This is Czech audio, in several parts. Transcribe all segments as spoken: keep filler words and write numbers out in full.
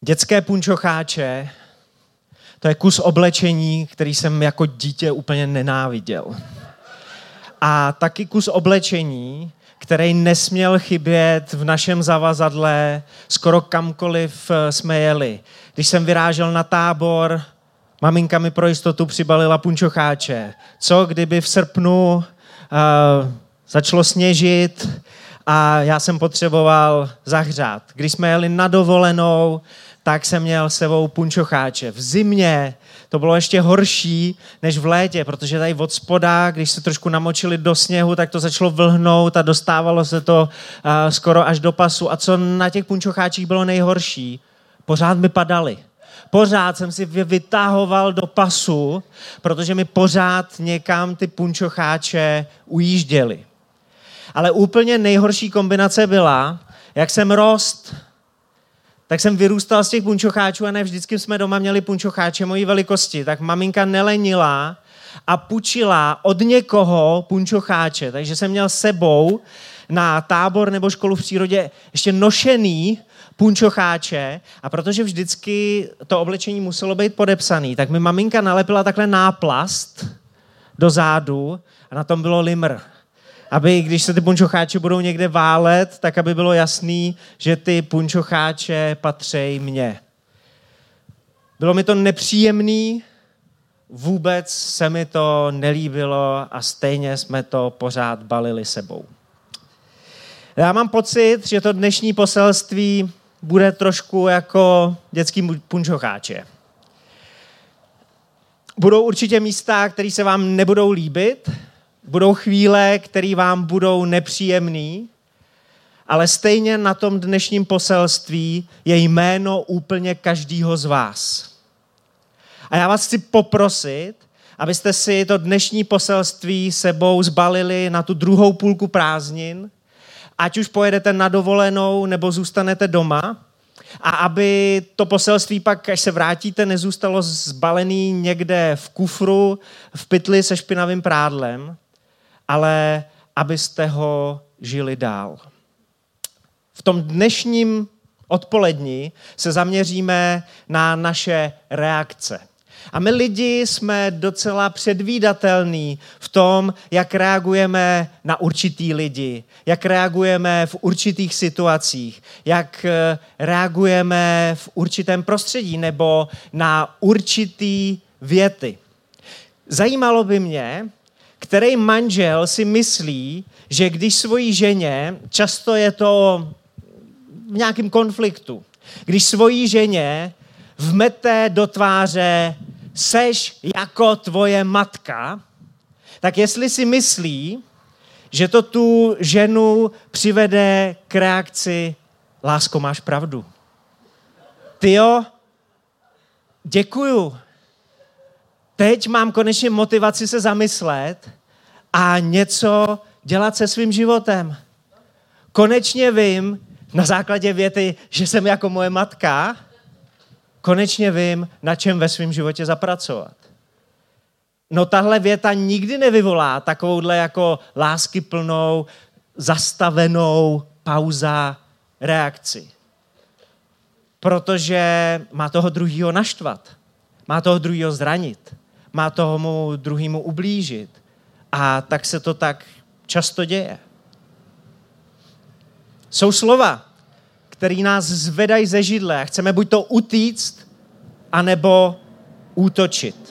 Dětské punčocháče, to je kus oblečení, který jsem jako dítě úplně nenáviděl. A taky kus oblečení, který nesměl chybět v našem zavazadle skoro kamkoliv jsme jeli. Když jsem vyrážel na tábor, maminka mi pro jistotu přibalila punčocháče. Co kdyby v srpnu uh, začalo sněžit a já jsem potřeboval zahřát. Když jsme jeli na dovolenou, tak jsem měl s sebou punčocháče. V zimě to bylo ještě horší než v létě, protože tady od spoda, když se trošku namočili do sněhu, tak to začalo vlhnout a dostávalo se to uh, skoro až do pasu. A co na těch punčocháčích bylo nejhorší? Pořád mi padaly. Pořád jsem si vytahoval do pasu, protože mi pořád někam ty punčocháče ujížděly. Ale úplně nejhorší kombinace byla, jak jsem rost, tak jsem vyrůstal z těch punčocháčů a ne vždycky jsme doma měli punčocháče mojí velikosti, tak maminka nelenila a půjčila od někoho punčocháče, takže jsem měl s sebou na tábor nebo školu v přírodě ještě nošený punčocháče a protože vždycky to oblečení muselo být podepsaný, tak mi maminka nalepila takhle náplast do zádu a na tom bylo limr. Aby, když se ty punčocháče budou někde válet, tak aby bylo jasný, že ty punčocháče patří mně. Bylo mi to nepříjemný, vůbec se mi to nelíbilo a stejně jsme to pořád balili sebou. Já mám pocit, že to dnešní poselství bude trošku jako dětský punčocháče. Budou určitě místa, které se vám nebudou líbit, budou chvíle, které vám budou nepříjemný, ale stejně na tom dnešním poselství je jméno úplně každýho z vás. A já vás chci poprosit, abyste si to dnešní poselství sebou zbalili na tu druhou půlku prázdnin, ať už pojedete na dovolenou nebo zůstanete doma, a aby to poselství pak, až se vrátíte, nezůstalo zbalený někde v kufru, v pytli se špinavým prádlem, ale abyste ho žili dál. V tom dnešním odpoledni se zaměříme na naše reakce. A my lidi jsme docela předvídatelní v tom, jak reagujeme na určitý lidi, jak reagujeme v určitých situacích, jak reagujeme v určitém prostředí nebo na určitý věty. Zajímalo by mě, který manžel si myslí, že když svojí ženě, často je to v nějakém konfliktu, když svojí ženě vmete do tváře seš jako tvoje matka, tak jestli si myslí, že to tu ženu přivede k reakci lásko, máš pravdu. Tyjo, děkuju. Teď mám konečně motivaci se zamyslet a něco dělat se svým životem. Konečně vím na základě věty, že jsem jako moje matka, konečně vím, na čem ve svém životě zapracovat. No tahle věta nikdy nevyvolá takovouhle jako láskyplnou, zastavenou pauza reakci. Protože má toho druhýho naštvat. Má toho druhýho zranit. Má tomu druhýmu ublížit. A tak se to tak často děje. Jsou slova, které nás zvedají ze židle a chceme buď to utíct, anebo útočit.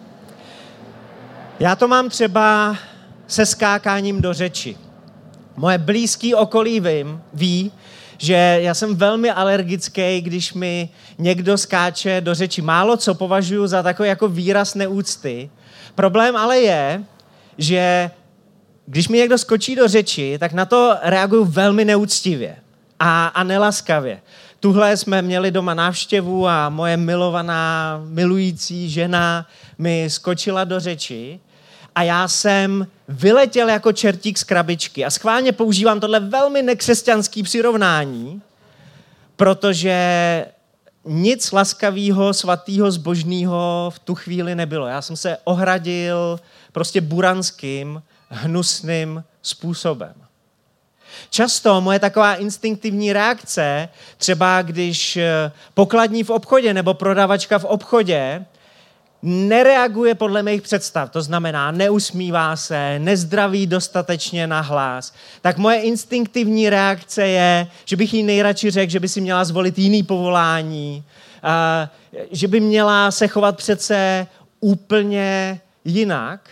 Já to mám třeba se skákáním do řeči. Moje blízký okolí vím, ví, že já jsem velmi alergický, když mi někdo skáče do řeči. Málo co považuji za takový jako výraz neúcty. Problém ale je, že když mi někdo skočí do řeči, tak na to reaguju velmi neúctivě a, a nelaskavě. Tuhle jsme měli doma návštěvu a moje milovaná, milující žena mi skočila do řeči a já jsem vyletěl jako čertík z krabičky. A schválně používám tohle velmi nekřesťanský přirovnání, protože nic laskavého, svatého, zbožného v tu chvíli nebylo. Já jsem se ohradil prostě buranským, hnusným způsobem. Často moje taková instinktivní reakce, třeba když pokladní v obchodě nebo prodavačka v obchodě nereaguje podle mých představ, to znamená neusmívá se, nezdraví dostatečně nahlas, tak moje instinktivní reakce je, že bych jí nejradši řekl, že by si měla zvolit jiný povolání, že by měla se chovat přece úplně jinak.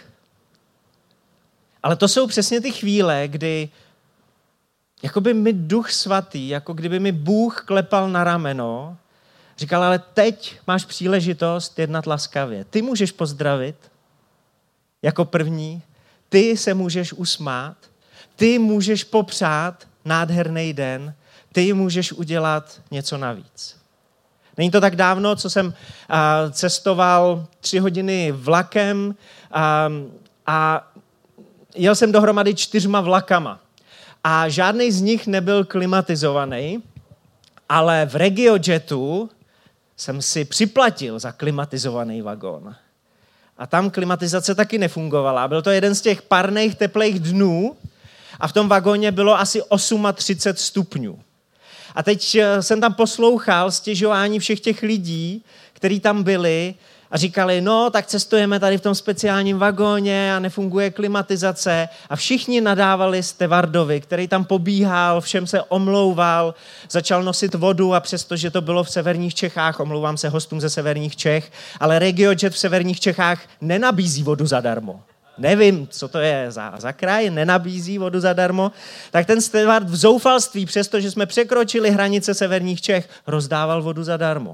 Ale to jsou přesně ty chvíle, kdy jako by mi Duch Svatý, jako kdyby mi Bůh klepal na rameno, říkal, ale teď máš příležitost jednat laskavě. Ty můžeš pozdravit jako první, ty se můžeš usmát, ty můžeš popřát nádherný den, ty můžeš udělat něco navíc. Není to tak dávno, co jsem a, cestoval tři hodiny vlakem a, a jel jsem dohromady čtyřma vlakama. A žádný z nich nebyl klimatizovaný, ale v RegioJetu jsem si připlatil za klimatizovaný vagón. A tam klimatizace taky nefungovala. Byl to jeden z těch parných teplých dnů a v tom vagóně bylo asi třicet osm stupňů. A teď jsem tam poslouchal stěžování všech těch lidí, kteří tam byli a říkali, no tak cestujeme tady v tom speciálním vagóně a nefunguje klimatizace. A všichni nadávali stevardovi, který tam pobíhal, všem se omlouval, začal nosit vodu a přestože to bylo v severních Čechách, omlouvám se hostům ze severních Čech, ale RegioJet v severních Čechách nenabízí vodu zadarmo. Nevím, co to je za, za kraj, nenabízí vodu zadarmo. Tak ten stevard v zoufalství, přestože jsme překročili hranice severních Čech, rozdával vodu zadarmo.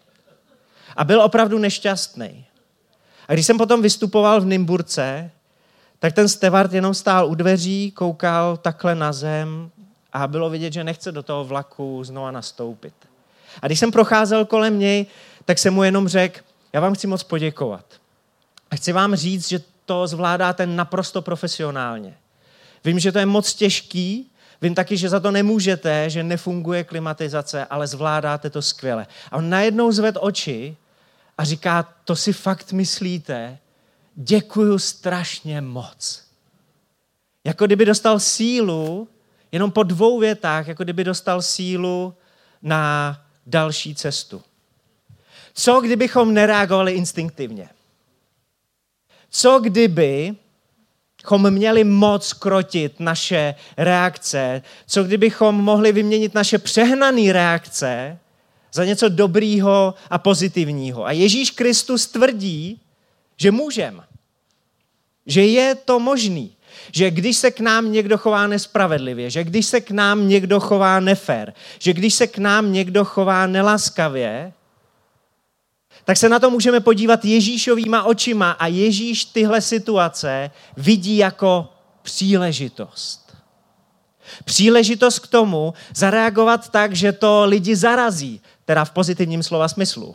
A byl opravdu nešťastný. A když jsem potom vystupoval v Nymburce, tak ten stevard jenom stál u dveří, koukal takhle na zem a bylo vidět, že nechce do toho vlaku znova nastoupit. A když jsem procházel kolem něj, tak jsem mu jenom řekl, já vám chci moc poděkovat. A chci vám říct, že to zvládáte naprosto profesionálně. Vím, že to je moc těžký, vím taky, že za to nemůžete, že nefunguje klimatizace, ale zvládáte to skvěle. A on najednou zved oči a říká, to si fakt myslíte? Děkuju strašně moc. Jako kdyby dostal sílu, jenom po dvou větách, jako kdyby dostal sílu na další cestu. Co kdybychom nereagovali instinktivně? Co kdybychom měli moc krotit naše reakce? Co kdybychom mohli vyměnit naše přehnané reakce za něco dobrýho a pozitivního? A Ježíš Kristus tvrdí, že můžeme. Že je to možný. Že když se k nám někdo chová nespravedlivě, že když se k nám někdo chová nefér, že když se k nám někdo chová nelaskavě, tak se na to můžeme podívat Ježíšovýma očima a Ježíš tyhle situace vidí jako příležitost. Příležitost k tomu zareagovat tak, že to lidi zarazí, teda v pozitivním slova smyslu.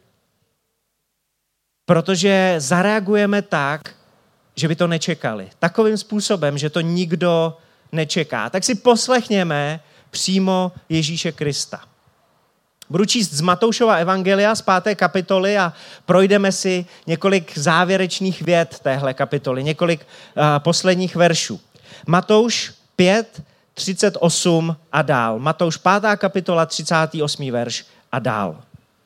Protože zareagujeme tak, že by to nečekali. Takovým způsobem, že to nikdo nečeká. Tak si poslechněme přímo Ježíše Krista. Budu číst z Matoušova evangelia z páté kapitoly a projdeme si několik závěrečných vět téhle kapitoly, několik uh, posledních veršů. Matouš pět, třicet osm a dál. Matouš pátá kapitola, třicátý osmý verš a dál.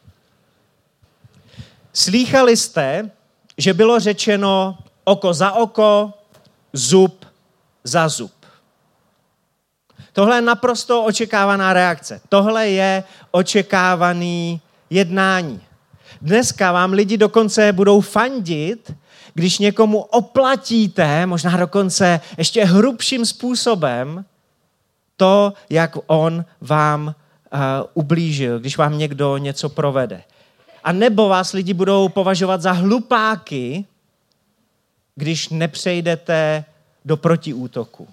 Slýchali jste, že bylo řečeno oko za oko, zub za zub. Tohle je naprosto očekávaná reakce. Tohle je očekávaný jednání. Dneska vám lidi dokonce budou fandit, když někomu oplatíte, možná dokonce ještě hrubším způsobem, to, jak on vám uh, ublížil, když vám někdo něco provede. A nebo vás lidi budou považovat za hlupáky, když nepřejdete do protiútoku.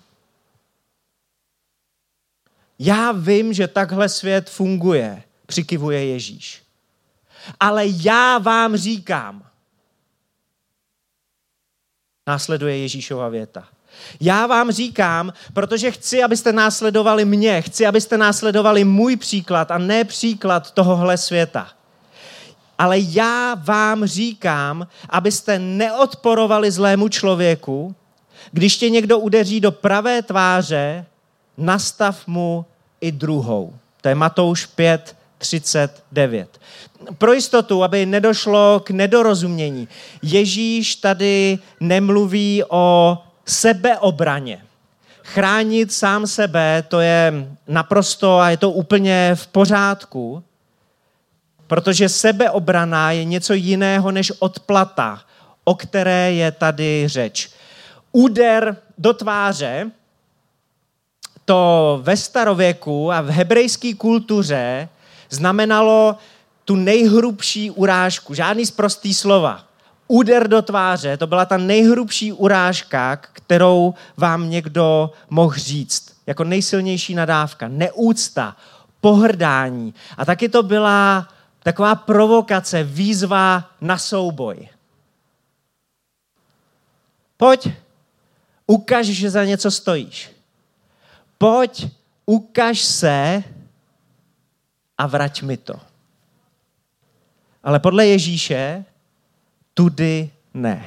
Já vím, že takhle svět funguje, přikivuje Ježíš. Ale já vám říkám, následuje Ježíšova věta. Já vám říkám, protože chci, abyste následovali mě, chci, abyste následovali můj příklad a ne příklad tohohle světa. Ale já vám říkám, abyste neodporovali zlému člověku, když tě někdo udeří do pravé tváře, nastav mu i druhou. To je Matouš pět třicet devět. Pro jistotu, aby nedošlo k nedorozumění, Ježíš tady nemluví o sebeobraně. Chránit sám sebe, to je naprosto a je to úplně v pořádku, protože sebeobrana je něco jiného než odplata, o které je tady řeč. Úder do tváře, to ve starověku a v hebrejské kultuře znamenalo tu nejhrubší urážku, žádný sprostý slova. Úder do tváře, to byla ta nejhrubší urážka, kterou vám někdo mohl říct. Jako nejsilnější nadávka, neúcta, pohrdání. A taky to byla taková provokace, výzva na souboj. Pojď, ukaž, že za něco stojíš. Pojď, ukaž se a vrať mi to. Ale podle Ježíše tudy ne.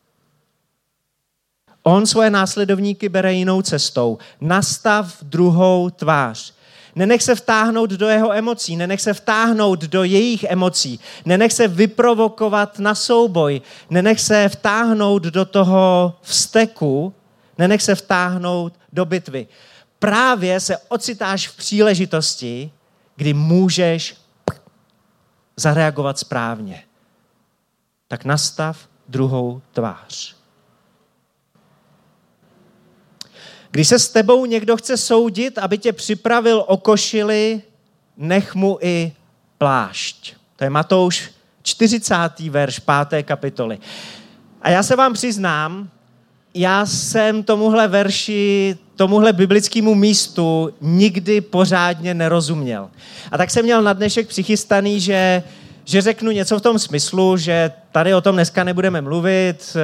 On svoje následovníky bere jinou cestou. Nastav druhou tvář. Nenech se vtáhnout do jeho emocí, nenech se vtáhnout do jejich emocí, nenech se vyprovokovat na souboj, nenech se vtáhnout do toho vzteku, nenech se vtáhnout do bitvy. Právě se ocitáš v příležitosti, kdy můžeš zareagovat správně. Tak nastav druhou tvář. Když se s tebou někdo chce soudit, aby tě připravil o košili, nech mu i plášť. To je Matouš čtyřicátý verš páté kapitoly. A já se vám přiznám, já jsem tomuhle verši, tomuhle biblickému místu nikdy pořádně nerozuměl. A tak jsem měl na dnešek přichystaný, že, že řeknu něco v tom smyslu, že tady o tom dneska nebudeme mluvit.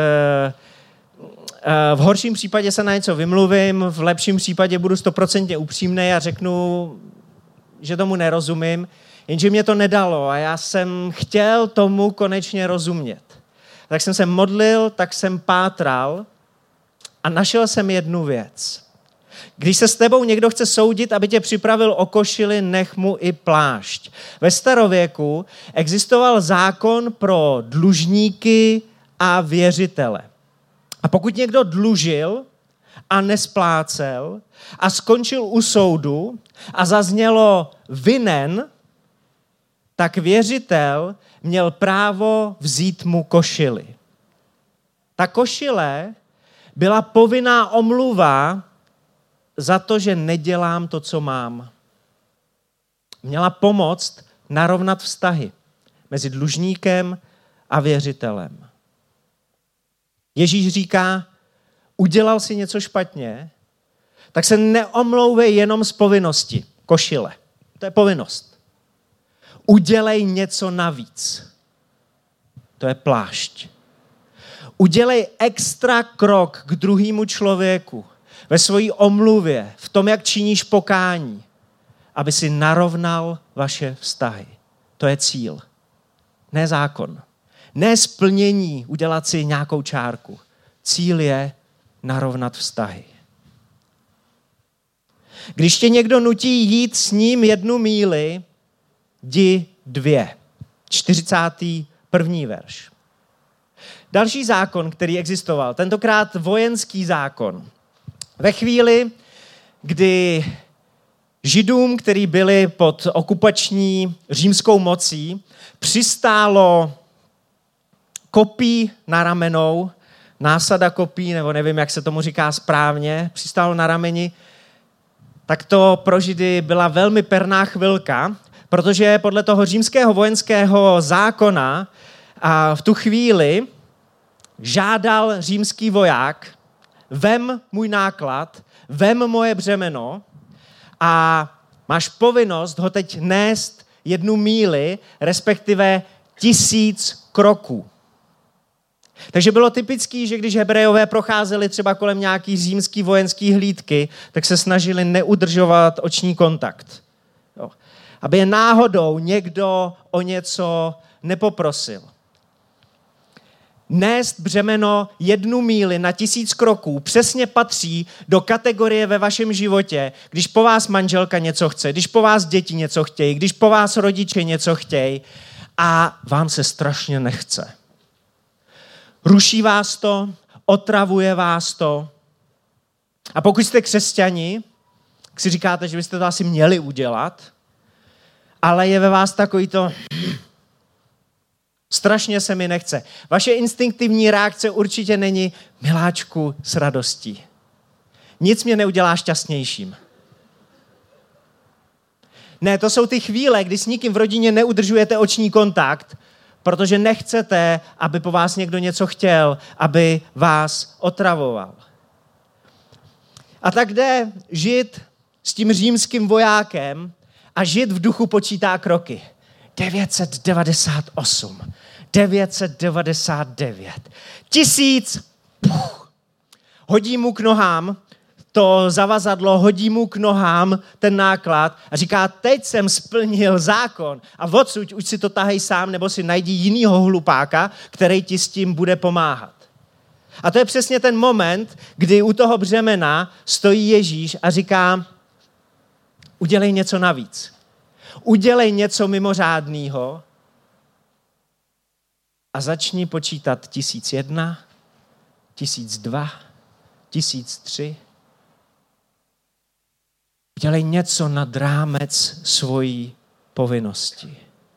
V horším případě se na něco vymluvím, v lepším případě budu stoprocentně upřímnej a řeknu, že tomu nerozumím, jenže mě to nedalo a já jsem chtěl tomu konečně rozumět. Tak jsem se modlil, tak jsem pátral a našel jsem jednu věc. Když se s tebou někdo chce soudit, aby tě připravil o košili, nech mu i plášť. Ve starověku existoval zákon pro dlužníky a věřitele. A pokud někdo dlužil a nesplácel a skončil u soudu a zaznělo vinen, tak věřitel měl právo vzít mu košili. Ta košile byla povinná omluva za to, že nedělám to, co mám. Měla pomoct narovnat vztahy mezi dlužníkem a věřitelem. Ježíš říká, udělal si něco špatně, tak se neomlouvej jenom z povinnosti, košile. To je povinnost. Udělej něco navíc. To je plášť. Udělej extra krok k druhému člověku ve svojí omluvě, v tom, jak činíš pokání, aby si narovnal vaše vztahy. To je cíl. Ne zákon. Ne splnění, udělat si nějakou čárku. Cíl je narovnat vztahy. Když tě někdo nutí jít s ním jednu míli, jdi dvě. čtyřicátý první verš. Další zákon, který existoval, tentokrát vojenský zákon. Ve chvíli, kdy Židům, kteří byli pod okupační římskou mocí, přistálo kopí na ramenou, násada kopí, nebo nevím, jak se tomu říká správně, přistálo na rameni, tak to pro Židy byla velmi perná chvilka, protože podle toho římského vojenského zákona a v tu chvíli žádal římský voják, vem můj náklad, vem moje břemeno a máš povinnost ho teď nést jednu míli, respektive tisíc kroků. Takže bylo typický, že když Hebrejové procházeli třeba kolem nějaký římský vojenský hlídky, tak se snažili neudržovat oční kontakt. Jo. Aby je náhodou někdo o něco nepoprosil. Nést břemeno jednu míli na tisíc kroků přesně patří do kategorie ve vašem životě, když po vás manželka něco chce, když po vás děti něco chtějí, když po vás rodiče něco chtějí a vám se strašně nechce. Ruší vás to, otravuje vás to. A pokud jste křesťani, tak si říkáte, že byste to asi měli udělat, ale je ve vás takový to... Strašně se mi nechce. Vaše instinktivní reakce určitě není miláčku s radostí. Nic mě neudělá šťastnějším. Ne, to jsou ty chvíle, kdy s nikým v rodině neudržujete oční kontakt, protože nechcete, aby po vás někdo něco chtěl, aby vás otravoval. A tak jde žít s tím římským vojákem a žít v duchu počítá kroky. devět set devadesát osm, devět set devadesát devět, tisíc, puch, hodí mu k nohám to zavazadlo, hodí mu k nohám ten náklad a říká, teď jsem splnil zákon a odsud už si to tahej sám nebo si najdi jinýho hlupáka, který ti s tím bude pomáhat. A to je přesně ten moment, kdy u toho břemena stojí Ježíš a říká, udělej něco navíc. Udělej něco mimořádného a začni počítat tisíc jedna, tisíc dva, tisíc tři. Udělej něco nad rámec svojí povinnosti.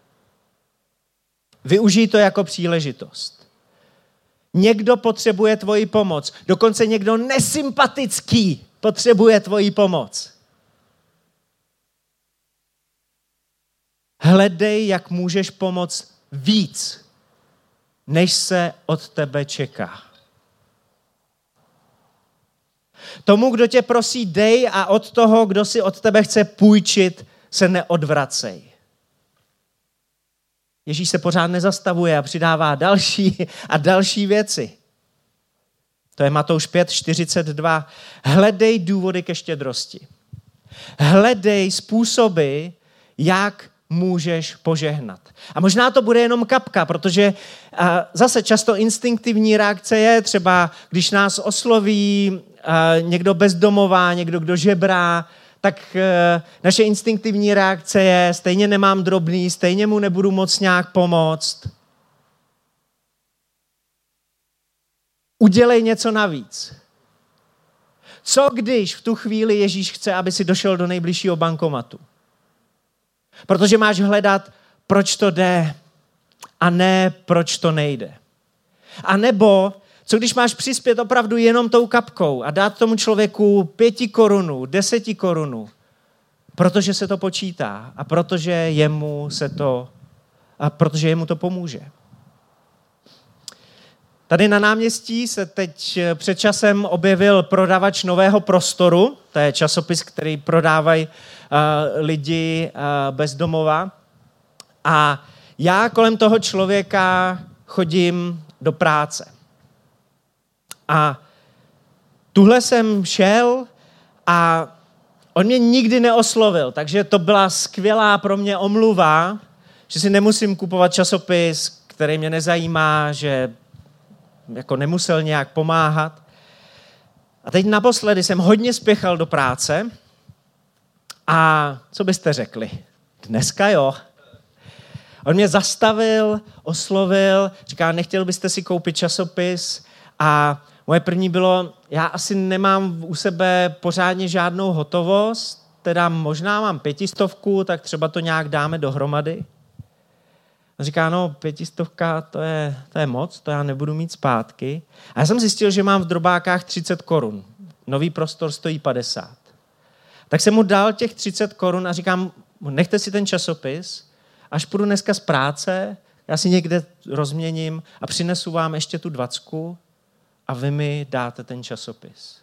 Využij to jako příležitost. Někdo potřebuje tvoji pomoc, dokonce někdo nesympatický potřebuje tvoji pomoc. Hledej, jak můžeš pomoct víc, než se od tebe čeká. Tomu, kdo tě prosí, dej a od toho, kdo si od tebe chce půjčit, se neodvracej. Ježíš se pořád nezastavuje a přidává další a další věci. To je Matouš pět čtyřicet dva. Hledej důvody ke štědrosti. Hledej způsoby, jak můžeš požehnat. A možná to bude jenom kapka, protože a, zase často instinktivní reakce je třeba, když nás osloví a, někdo bezdomová, někdo, kdo žebrá, tak a, naše instinktivní reakce je, stejně nemám drobný, stejně mu nebudu moc nějak pomoct. Udělej něco navíc. Co když v tu chvíli Ježíš chce, aby si došel do nejbližšího bankomatu? Protože máš hledat, proč to jde a ne, proč to nejde. A nebo, co když máš přispět opravdu jenom tou kapkou a dát tomu člověku pěti korunů, deseti korunů, protože se to počítá a protože jemu se to, a protože jemu to pomůže. Tady na náměstí se teď před časem objevil prodavač Nového prostoru, to je časopis, který prodávají uh, lidi uh, bez domova. A já kolem toho člověka chodím do práce. A tuhle jsem šel a on mě nikdy neoslovil, takže to byla skvělá pro mě omluva, že si nemusím kupovat časopis, který mě nezajímá, že jako nemusel nějak pomáhat. A teď naposledy jsem hodně spěchal do práce a co byste řekli? Dneska jo. On mě zastavil, oslovil, říká, nechtěl byste si koupit časopis a moje první bylo, já asi nemám u sebe pořádně žádnou hotovost, teda možná mám pětistovku, tak třeba to nějak dáme dohromady. On říká, no pětistovka, to je, to je moc, to já nebudu mít zpátky. A já jsem zjistil, že mám v drobákách třicet korun. Nový prostor stojí padesát. Tak jsem mu dal těch třicet korun a říkám, nechte si ten časopis, až půjdu dneska z práce, já si někde rozměním a přinesu vám ještě tu dvacku a vy mi dáte ten časopis.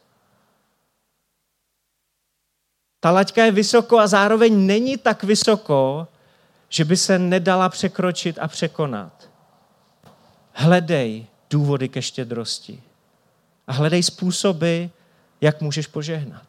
Ta laťka je vysoko a zároveň není tak vysoko, že by se nedala překročit a překonat. Hledej důvody ke štědrosti a hledej způsoby, jak můžeš požehnat.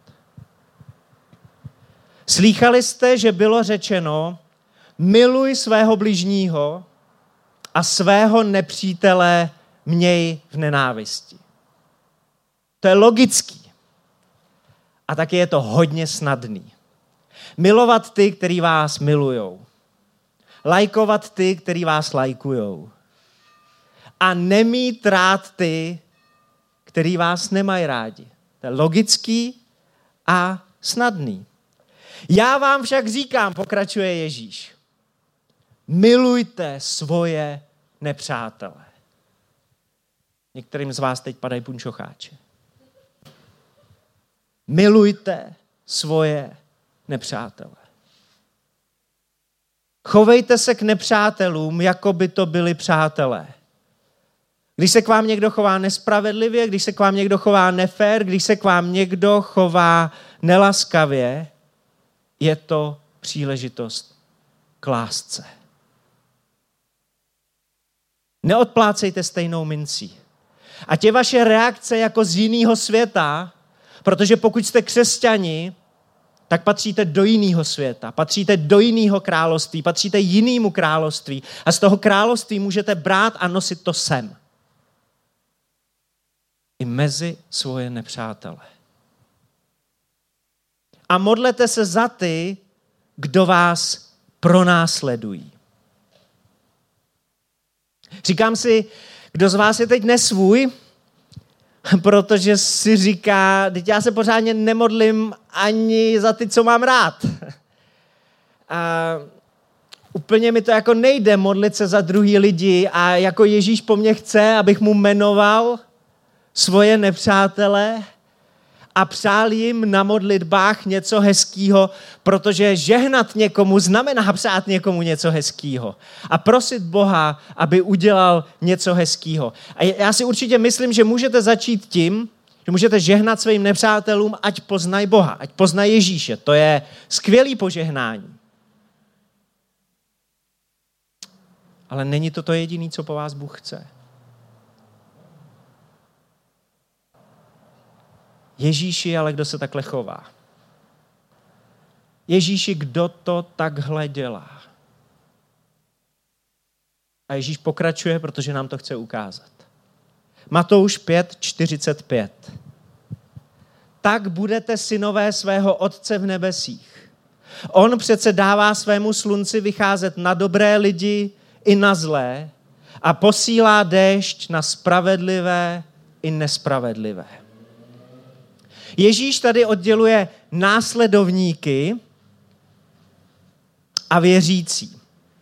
Slýchali jste, že bylo řečeno, miluj svého bližního a svého nepřítele měj v nenávisti. To je logický. A taky je to hodně snadný. Milovat ty, který vás milujou. Lajkovat ty, který vás lajkujou. A nemít rád ty, který vás nemají rádi. To je logický a snadný. Já vám však říkám, pokračuje Ježíš, milujte svoje nepřátele. Některým z vás teď padají punčocháče. Milujte svoje nepřátele. Chovejte se k nepřátelům, jako by to byli přátelé. Když se k vám někdo chová nespravedlivě, když se k vám někdo chová nefér, když se k vám někdo chová nelaskavě, je to příležitost k lásce. Neodplácejte stejnou mincí. Ať je vaše reakce jako z jiného světa, protože pokud jste křesťani, tak patříte do jiného světa, patříte do jiného království, patříte jinému království a z toho království můžete brát a nosit to sem. I mezi svoje nepřátele. A modlete se za ty, kdo vás pronásledují. Říkám si, kdo z vás je teď nesvůj, protože si říká, teď já se pořádně nemodlím ani za ty, co mám rád. A úplně mi to jako nejde modlit se za druhý lidi a jako Ježíš po mně chce, abych mu jmenoval svoje nepřátele a přál jim na modlitbách něco hezkýho, protože žehnat někomu znamená přát někomu něco hezkýho a prosit Boha, aby udělal něco hezkýho. A já si určitě myslím, že můžete začít tím, že můžete žehnat svým nepřátelům, ať poznají Boha, ať poznají Ježíše. To je skvělý požehnání. Ale není to to jediné, co po vás Bůh chce. Ježíši, ale kdo se takhle chová? Ježíši, kdo to takhle dělá? A Ježíš pokračuje, protože nám to chce ukázat. Matouš pět čtyřicet pět. Tak budete synové svého Otce v nebesích. On přece dává svému slunci vycházet na dobré lidi i na zlé a posílá déšť na spravedlivé i nespravedlivé. Ježíš tady odděluje následovníky a věřící.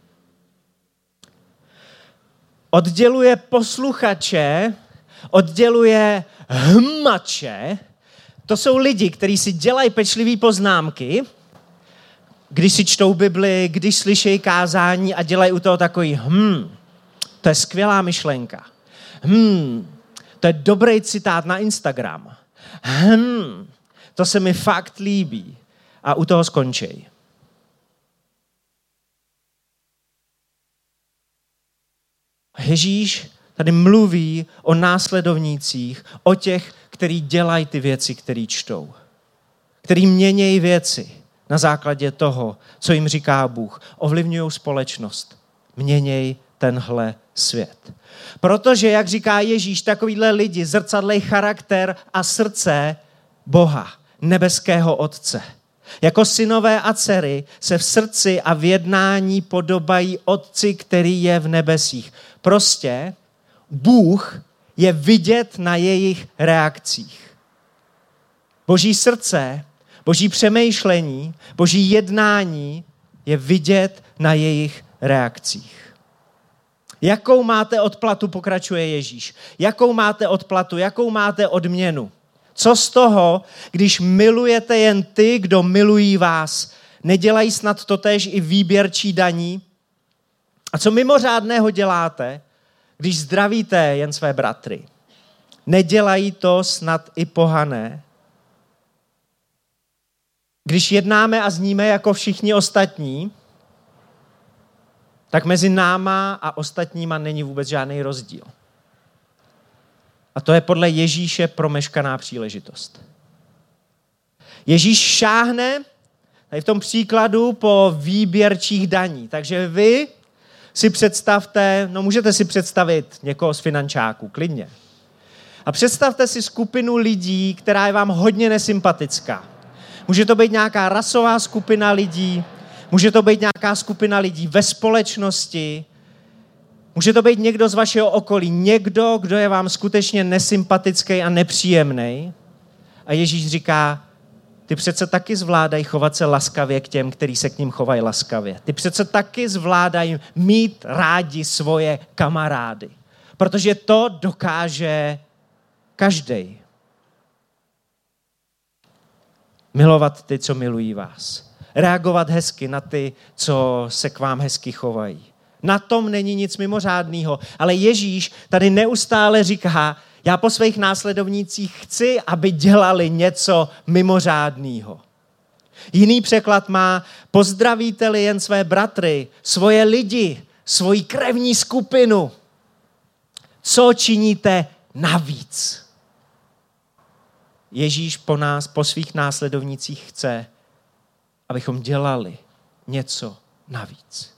Odděluje posluchače, odděluje hmače. To jsou lidi, kteří si dělají pečlivý poznámky, když si čtou Bibli, když slyšejí kázání a dělají u toho takový hm, to je skvělá myšlenka. Hm, to je dobrý citát na Instagram. Hm, to se mi fakt líbí. A u toho skončí. Ježíš tady mluví o následovnících, o těch, kteří dělají ty věci, které čtou. Kteří měnějí věci na základě toho, co jim říká Bůh. Ovlivňují společnost. Měnějí tenhle svět. Protože, jak říká Ježíš, takovýhle lidi zrcadlej charakter a srdce Boha, nebeského Otce. Jako synové a dcery se v srdci a v jednání podobají Otci, který je v nebesích. Prostě Bůh je vidět na jejich reakcích. Boží srdce, boží přemýšlení, boží jednání je vidět na jejich reakcích. Jakou máte odplatu, pokračuje Ježíš. Jakou máte odplatu, jakou máte odměnu? Co z toho, když milujete jen ty, kdo milují vás? Nedělají snad totéž i výběrčí daní? A co mimořádného děláte, když zdravíte jen své bratry? Nedělají to snad i pohané? Když jednáme a zníme jako všichni ostatní, tak mezi náma a ostatníma není vůbec žádný rozdíl. A to je podle Ježíše promeškaná příležitost. Ježíš šáhne tady v tom příkladu po výběrčích daní. Takže vy si představte, no můžete si představit někoho z finančáků, klidně. A představte si skupinu lidí, která je vám hodně nesympatická. Může to být nějaká rasová skupina lidí, může to být nějaká skupina lidí ve společnosti, může to být někdo z vašeho okolí, někdo, kdo je vám skutečně nesympatický a nepříjemný. A Ježíš říká, ty přece taky zvládají chovat se laskavě k těm, kteří se k ním chovají laskavě. Ty přece taky zvládají mít rádi svoje kamarády. Protože to dokáže každej. Milovat ty, co milují vás. Reagovat hezky na ty, co se k vám hezky chovají. Na tom není nic mimořádného. Ale Ježíš tady neustále říká, já po svých následovnících chci, aby dělali něco mimořádného. Jiný překlad má, pozdravíte-li jen své bratry, svoje lidi, svoji krevní skupinu. Co činíte navíc? Ježíš po nás, po svých následovnících chce, abychom dělali něco navíc.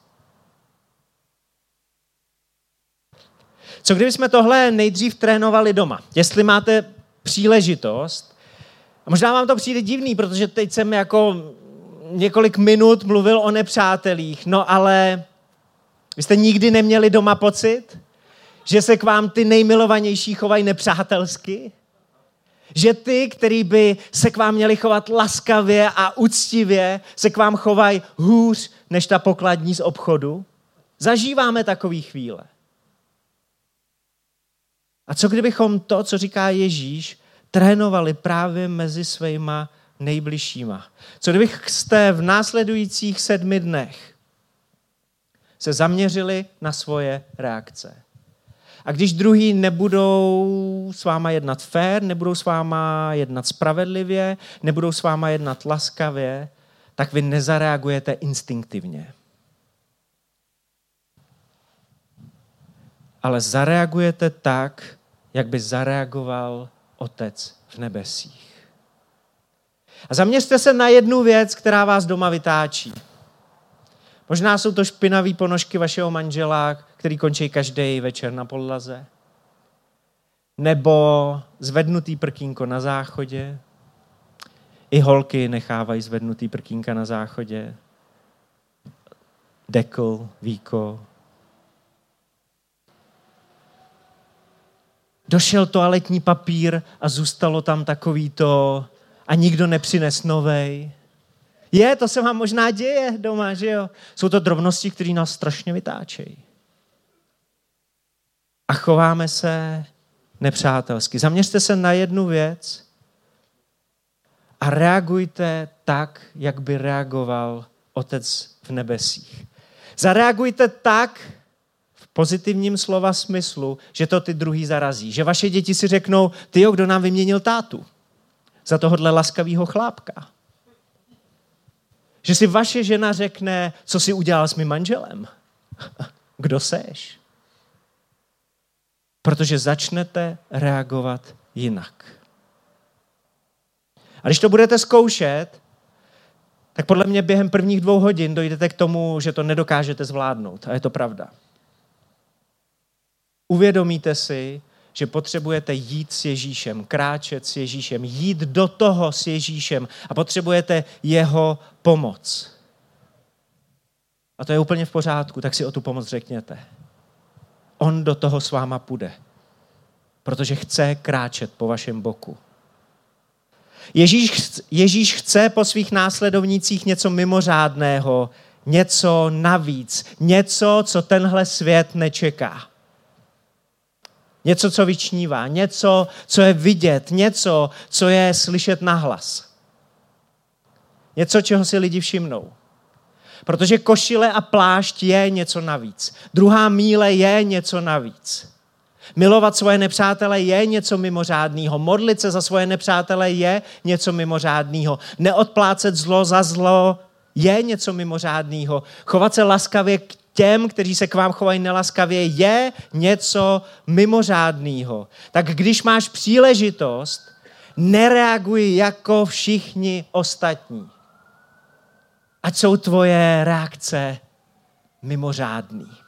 Co kdybychom tohle nejdřív trénovali doma? Jestli máte příležitost, a možná vám to přijde divný, protože teď jsem jako několik minut mluvil o nepřátelích, no ale vy jste nikdy neměli doma pocit, že se k vám ty nejmilovanější chovají nepřátelsky? Že ty, který by se k vám měli chovat laskavě a úctivě, se k vám chovají hůř než ta pokladní z obchodu? Zažíváme takové chvíle. A co kdybychom to, co říká Ježíš, trénovali právě mezi svýma nejbližšíma? Co kdybyste v následujících sedmi dnech se zaměřili na svoje reakce? A když druhý nebudou s váma jednat fér, nebudou s váma jednat spravedlivě, nebudou s váma jednat laskavě, tak vy nezareagujete instinktivně. Ale zareagujete tak, jak by zareagoval Otec v nebesích. A zaměřte se na jednu věc, která vás doma vytáčí. Možná jsou to špinavý ponožky vašeho manžela, který končí každý večer na podlaze. Nebo zvednutý prkínko na záchodě. I holky nechávají zvednutý prkínka na záchodě. Dekl, víko. Došel toaletní papír a zůstalo tam takový to a nikdo nepřines novej. Je, to se vám možná děje doma, že jo? Jsou to drobnosti, které nás strašně vytáčejí. A chováme se nepřátelsky. Zaměřte se na jednu věc a reagujte tak, jak by reagoval Otec v nebesích. Zareagujte tak, v pozitivním slova smyslu, že to ty druhý zarazí. Že vaše děti si řeknou, tyjo, kdo nám vyměnil tátu za tohohle laskavýho chlápka. Že si vaše žena řekne, co si udělal s mým manželem. Kdo seš? Protože začnete reagovat jinak. A když to budete zkoušet, tak podle mě během prvních dvou hodin dojdete k tomu, že to nedokážete zvládnout. A je to pravda. Uvědomíte si, že potřebujete jít s Ježíšem, kráčet s Ježíšem, jít do toho s Ježíšem a potřebujete jeho pomoc. A to je úplně v pořádku, tak si o tu pomoc řekněte. On do toho s váma půjde, protože chce kráčet po vašem boku. Ježíš, Ježíš chce po svých následovnících něco mimořádného, něco navíc, něco, co tenhle svět nečeká. Něco, co vyčnívá, něco, co je vidět, něco, co je slyšet nahlas. Něco, čeho si lidi všimnou. Protože košile a plášť je něco navíc. Druhá míle je něco navíc. Milovat svoje nepřátele je něco mimořádného. Modlit se za svoje nepřátele je něco mimořádného. Neodplácet zlo za zlo je něco mimořádného. Chovat se laskavě k těm, kteří se k vám chovají nelaskavě, je něco mimořádného. Tak když máš příležitost, nereaguj jako všichni ostatní. Ať jsou tvoje reakce mimořádný.